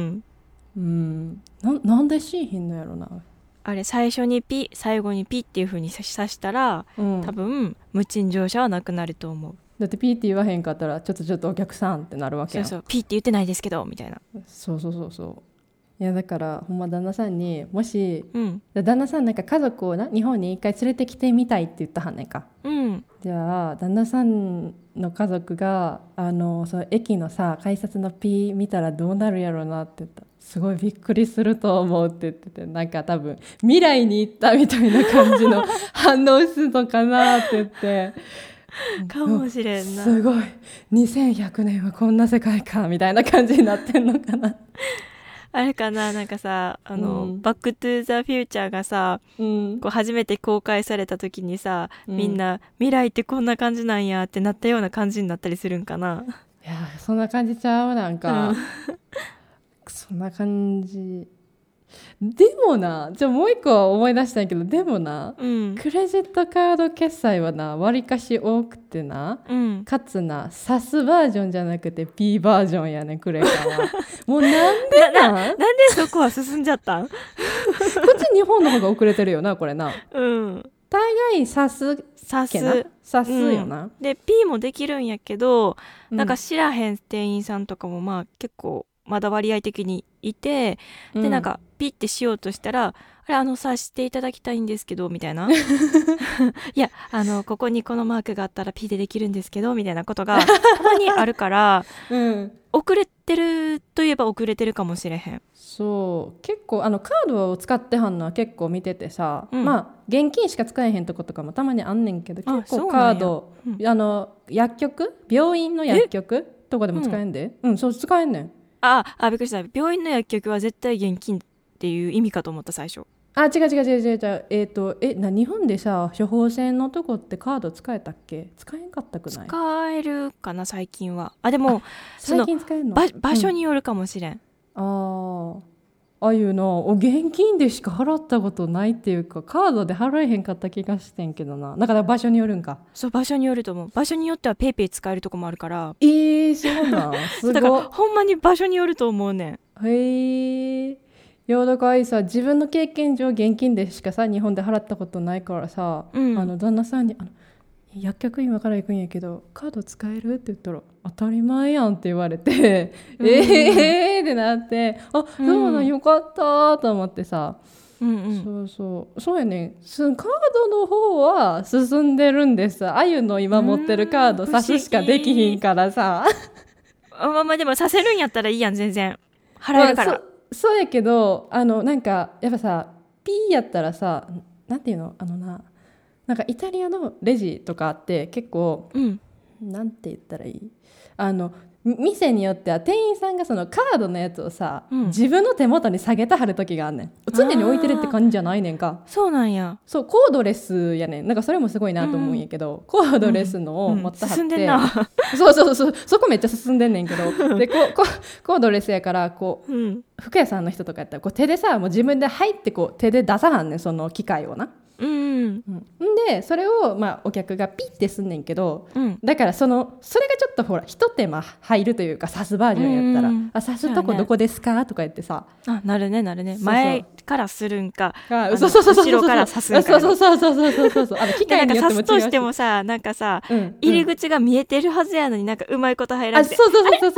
なんでしひんのやろな。 あれ最初にピ最後にピっていう風に指したら、多分無賃乗車はなくなると思う。 だってピって言わへんかったらちょっとお客さんってなるわけやん。 そうピって言ってないですけどみたいな。 そういやだからほんま旦那さんにもし、旦那さんなんか家族をな日本に一回連れてきてみたいって言ったはんねんか、じゃあ旦那さんの家族がその駅のさ改札のピー見たらどうなるやろうなって言ったらすごいびっくりすると思うって言ってて、なんか多分未来に行ったみたいな感じの反応するのかなって言ってかもしれんな。 すごい2100年はこんな世界かみたいな感じになってんのかなあれかな、なんかさバックトゥーザフューチャーがさ、こう初めて公開された時にさ、みんな未来ってこんな感じなんやってなったような感じになったりするんかな。 いやそんな感じちゃうなんか、そんな感じ。でもなもう一個思い出したんやけど、でもな、クレジットカード決済はなわりかし多くてな、かつなサスバージョンじゃなくて P バージョンやねクレカはもうなんでなんでそこは進んじゃったんこっち日本の方が遅れてるよなこれな。大概サスよな、 で P もできるんやけど、なんか知らへん店員さんとかもまあ結構まだ割合的にいて、でなんかピッてしようとしたら、あれ察していただきたいんですけどみたいないやここにこのマークがあったらピッでできるんですけどみたいなことがたまにあるから、遅れてるといえば遅れてるかもしれへん。 そう結構カードを使ってはんのは結構見ててさ、まあ現金しか使えへんとことかもたまにあんねんけど、結構カード薬局病院の薬局とかでも使えんで、そう使えんねん。 びっくりした。病院の薬局は絶対現金っていう意味かと思った最初。 違う日本でさ処方箋のとこってカード使えたっけ？使えんかったくない？ 使えるかな最近は。でも最近使えるの？ 場所によるかもしれん。 ああいうの現金でしか払ったことないっていうか、カードで払えへんかった気がしてんけどな。だから場所によるんか。 そう場所によると思う。場所によってはペイペイ使えるとこもあるから。 そうなんすごい。 だからほんまに場所によると思うねん。 へえ。いやだからさ自分の経験上現金でしかさ日本で払ったことないからさ、旦那さんに薬局今から行くんやけどカード使えるって言ったら当たり前やんって言われてってなって、そうなんよかったと思ってさ、そうやね、カードの方は進んでるんです。あゆの今持ってるカード差すしかできひんからさでもさせるんやったらいいやん全然払えるから、 そうやけどなんかやっぱさピーやったらさ、なんていうの、なんかイタリアのレジとかあって結構、なんて言ったらいい、店によっては店員さんがそのカードのやつをさ、自分の手元に下げてはる時があんねん。常に置いてるって感じじゃないねんか。 そうなんや。 そう、コードレスやねん。なんかそれもすごいなと思うんやけど、コードレスのを持ってはって、 進んでんな。 そこめっちゃ進んでんねんけど、でコードレスやからこう、服屋さんの人とかやったらこう手でさ、もう自分で入ってこう手で出さはんねん、その機械をな。でそれを、お客がピッてすんねんけど、だからそれがちょっとほら一手間入るというか、刺すバージョンやったら、刺すとこどこですかとか言ってさ、 なるね前からするんか後ろから刺すんか、 そう機械によっても違うし、 刺すとしてもさ、なんかさ、入り口が見えてるはずやのになんかうまいこと入らんで、 そう入った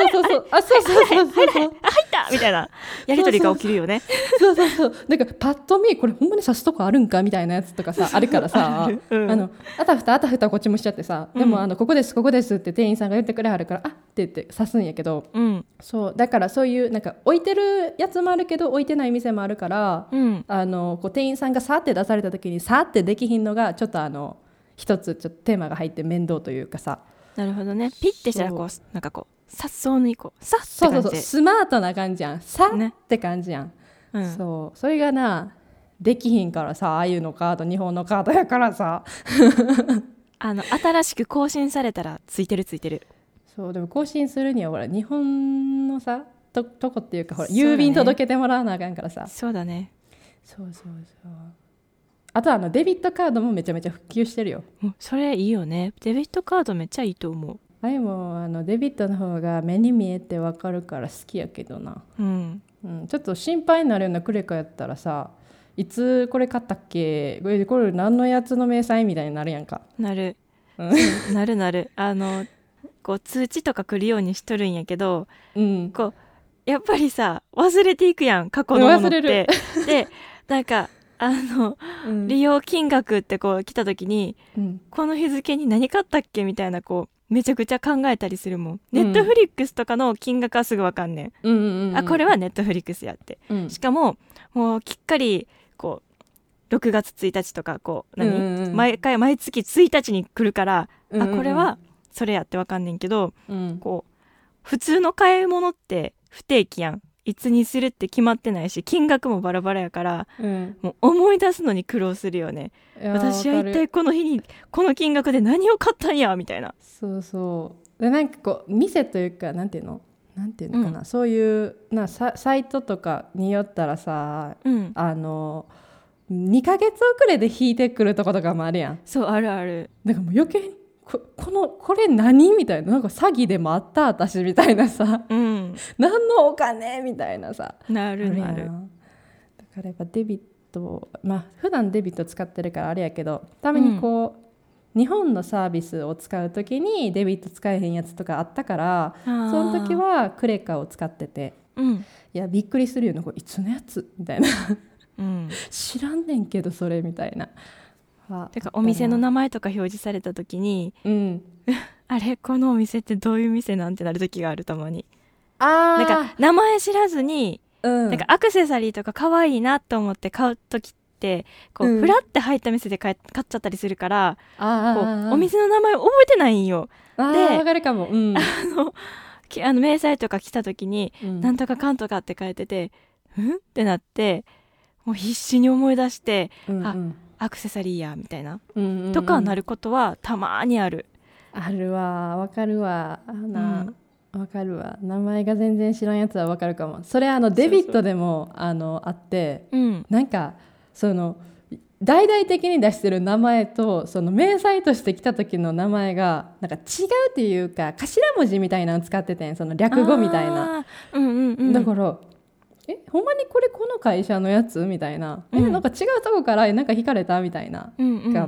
みたいなやり取りが起きるよね。 そうだからパッと見これほんまに刺すとこあるんかみたいなやつとかさあるからさ、あたふたこっちもしちゃってさ、でもここですって店員さんが言ってくれはるから、あって言って刺すんやけど、そうだからそういうなんか置いてるやつもあるけど置いてない店もあるから、こう店員さんがさって出された時にさってできひんのがちょっと一つちょっとテーマが入って面倒というかさ。 なるほどね。ピッてしたらこうなんかこうさっそうにこうさって感じで、 スマートな感じやん、さって感じやん、それがなできひんからさ、ああいうのカード日本のカードやからさ新しく更新されたらついてる。 そうでも更新するにはほら日本のさとこっていうか、ほら郵便届けてもらわなあかんからさ。 そうだね。 そうあとデビットカードもめちゃめちゃ普及してるよ。 それいいよね。デビットカードめっちゃいいと思う。 あれもデビットの方が目に見えて分かるから好きやけどな、ちょっと心配になるようなクレカやったらさ、いつこれ買ったっけ、これ何のやつの明細みたいになるやんか。 なる、なるこう通知とか来るようにしとるんやけど、こうやっぱりさ忘れていくやん、過去のものって。でなんか利用金額ってこう来た時に、この日付に何買ったっけみたいな、こうめちゃくちゃ考えたりするもん。ネットフリックスとかの金額はすぐ分かんねん、あこれはネットフリックスやって、しかももうきっかりこう6月1日とかこう毎月1日に来るから、あこれはそれやって分かんねんけど、こう普通の買い物って不定期やん。いつにするって決まってないし、金額もバラバラやから、もう思い出すのに苦労するよね。私は一体この日にこの金額で何を買ったんやみたいな。 そうでなんかこう店というかなんていうのかな、そういうサイトとかによったらさ、2ヶ月遅れで引いてくるとことかもあるやん。 そうある。 だからもう余計にこれ何みたいな、なんか詐欺でもあった私みたいなさ、何のお金みたいなさなる。だからやっぱデビット、普段デビット使ってるからあれやけど、たまにこう、日本のサービスを使う時にデビット使えへんやつとかあったから、その時はクレカを使ってて、いやびっくりするよね、これいつのやつみたいな、知らんねんけどそれみたいな。 てかお店の名前とか表示された時に、あれこのお店ってどういう店なんてなる時がある、たまに。なんか名前知らずに、なんかアクセサリーとか可愛いなと思って買う時ってこう、フラって入った店で買っちゃったりするから、こうお店の名前覚えてないんよ。でわかるかも、 明細とか来た時に、なんとかかんとかって書いてて、ってなって、もう必死に思い出して、アクセサリーやみたいな、とかなることはたまにある。 あるわ、わかるわ。わかるわ。名前が全然知らんやつはわかるかも。それデビットでもあって、なんかその大々的に出してる名前とその明細として来た時の名前がなんか違うっていうか、頭文字みたいなの使っててん、その略語みたいな。だからほんまにこの会社のやつみたいな、なんか違うとこからなんか引かれたみたいながあって、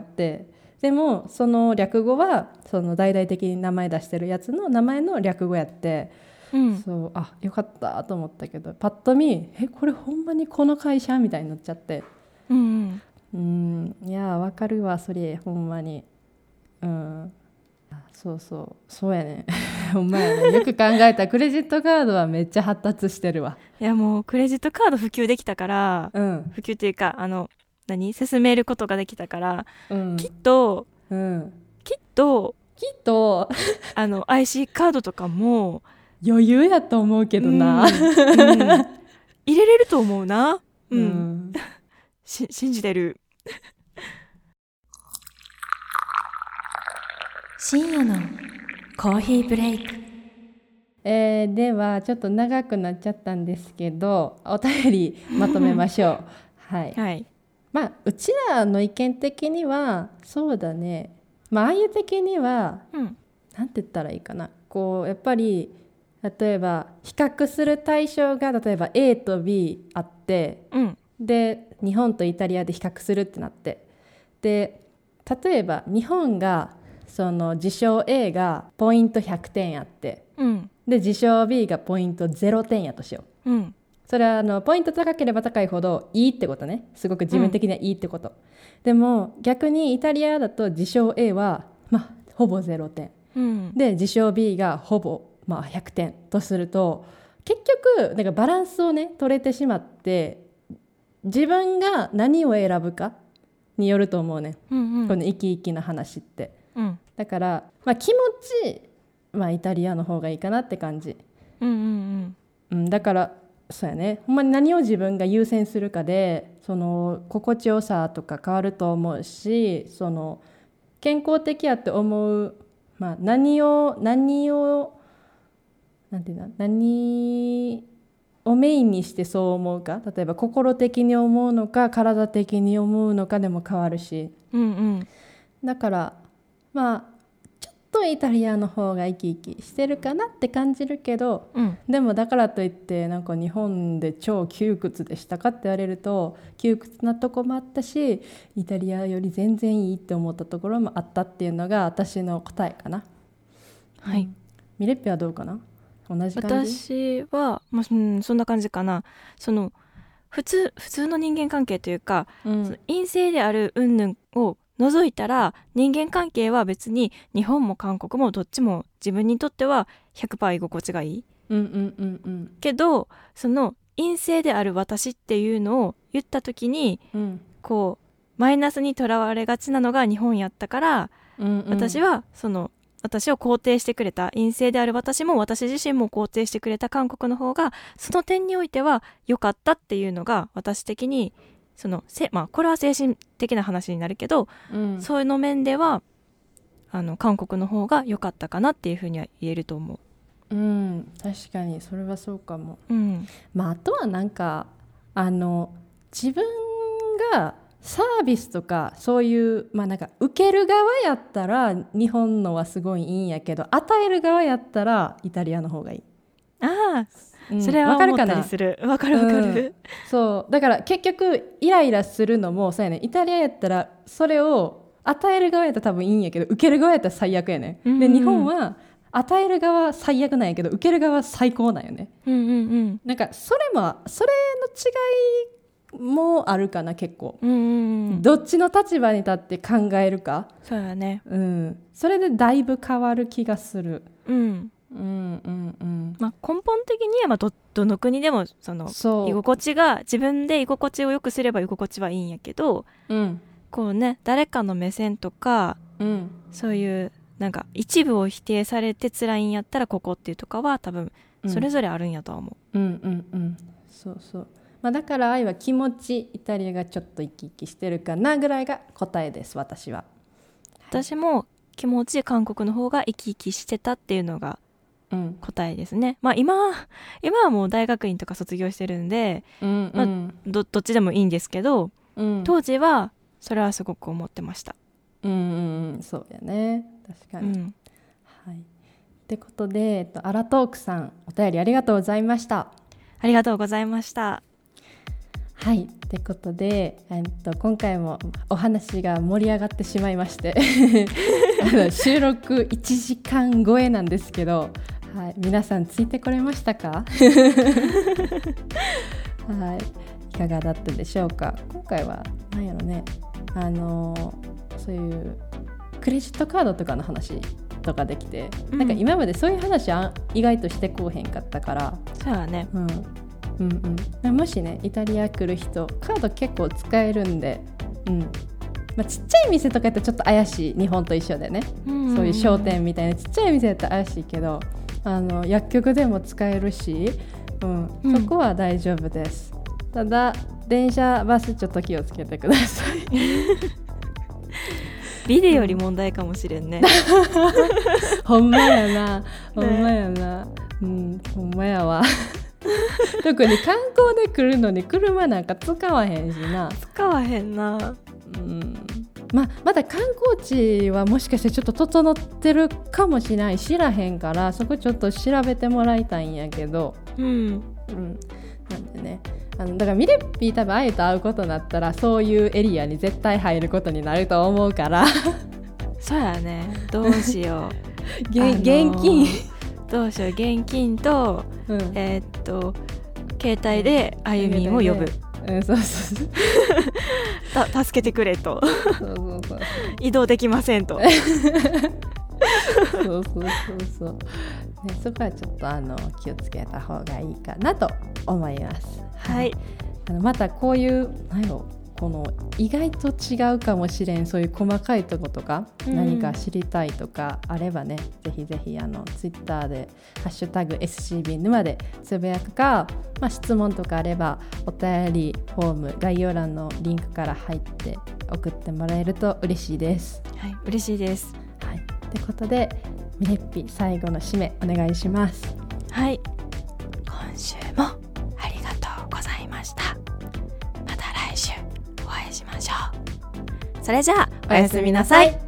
でもその略語はその大々的に名前出してるやつの名前の略語やって、そうよかったと思ったけど、パッと見これほんまにこの会社みたいになっちゃって、いやわかるわそれほんまに。 そうやねほんまやね。よく考えたらクレジットカードはめっちゃ発達してるわ。 いやもうクレジットカード普及できたから、 うん、 普及っていうか進めることができたから、 うん、 きっとうんきっときっと IC カードとかも余裕やと思うけどな、 入れれると思うな。信じてる。 深夜のコーヒーブレイク。 ではちょっと長くなっちゃったんですけど、お便りまとめましょうはい、 はい、 まあうちらの意見的にはそうだね、まああゆ的には、なんて言ったらいいかな、こうやっぱり例えば比較する対象が例えば A と B あって、で日本とイタリアで比較するってなって、で例えば日本がその事象 A がポイント100点あって、で事象 B がポイント0点やとしよう、それはポイント高ければ高いほどいいってことね。すごく自分的にはいいってこと、でも逆にイタリアだと事象 A は、ほぼ0点、で事象 B がほぼ、100点とすると、結局なんかバランスをね取れてしまって、自分が何を選ぶかによると思うね、この生き生きな話って、だから、気持ち、イタリアの方がいいかなって感じ、だからそうやね、ほんまに何を自分が優先するかでその心地よさとか変わると思うし、その健康的やって思う、何をなんていうの、何をメインにしてそう思うか、例えば心的に思うのか体的に思うのかでも変わるし、だからちょっとイタリアの方が生き生きしてるかなって感じるけど、でもだからといってなんか日本で超窮屈でしたかって言われると、窮屈なとこもあったし、イタリアより全然いいって思ったところもあったっていうのが私の答えかな。 はい、 ミレッピはどうかな？同じ感じ？ 私は、そんな感じかな。その普通の人間関係というか、その陰性である云々を除いたら、人間関係は別に日本も韓国もどっちも自分にとっては 100% 居心地がいい、けどその陰性である私っていうのを言った時に、こうマイナスにとらわれがちなのが日本やったから、私はその私を肯定してくれた、陰性である私も私自身も肯定してくれた韓国の方がその点においては良かったっていうのが、私的にそのこれは精神的な話になるけど、そういうの面では韓国の方が良かったかなっていうふうには言えると思う。 確かにそれはそうかも、あとはなんか自分がサービスとかそういう、なんか受ける側やったら日本のはすごいいいんやけど、与える側やったらイタリアの方がいい。 それは思ったりする。わかる、 そうだから結局イライラするのもそうやね。イタリアやったらそれを与える側やったら多分いいんやけど、受ける側やったら最悪やね、で日本は与える側最悪なんやけど受ける側最高なんよね、なんかそれの違いもあるかな結構、どっちの立場に立って考えるか。 そうやね、 それでだいぶ変わる気がする。 根本的にはどの国でもその居心地が、自分で居心地を良くすれば居心地はいいんやけど、こうね、誰かの目線とか、そういうなんか一部を否定されて辛いんやったらここっていうとかは多分それぞれあるんやとは思う。 そうそう、だから愛は気持ちイタリアがちょっと生き生きしてるかなぐらいが答えです。私は。 私も気持ち韓国の方が生き生きしてたっていうのが答えですね。今はもう大学院とか卒業してるんで、どっちでもいいんですけど、当時はそれはすごく思ってました。 そうやね、確かに、ってことで、アラトークさんお便りありがとうございました。 ありがとうございました。 ってことで、今回もお話が盛り上がってしまいまして収録1時間超えなんですけど、皆さんついてこれましたかいかがだったでしょうか。今回は何やろね、そういうクレジットカードとかの話とかできて、なんか今までそういう話意外としてこうへんかったから、 そうだね、 もしねイタリア来る人カード結構使えるんで、ちっちゃい店とかやったらちょっと怪しい、日本と一緒でね、そういう商店みたいなちっちゃい店やったら怪しいけど、薬局でも使えるし、そこは大丈夫です。ただ電車バスちょっと気をつけてくださいビデより問題かもしれんねほんまやな、ほんまやな、ほんまやわ特に観光で来るのに車なんか使わへんしな。 使わへんな。 まだ観光地はもしかしてちょっと整ってるかもしれない、知らへんから、そこちょっと調べてもらいたいんやけど、なんでね、だからミレッピー多分あゆと会うことになったらそういうエリアに絶対入ることになると思うからそうやね、どうしよう現金どうしよう、現金と、携帯であゆみんを呼ぶ、 そう助けてくれとそう移動できませんとそう、そこはちょっと気をつけた方がいいかなと思います。 はい、 またこういうこの意外と違うかもしれんそういう細かいとことか、何か知りたいとかあればね、ぜひぜひツイッターでハッシュタグ SCB 沼でつぶやくか、質問とかあればお便りフォーム概要欄のリンクから入って送ってもらえると嬉しいです。 はい、嬉しいです。 はい、ということでミレッピ最後の締めお願いします。 はい、今週もありがとうございました。また来週お会いしましょう。それじゃあおやすみなさい。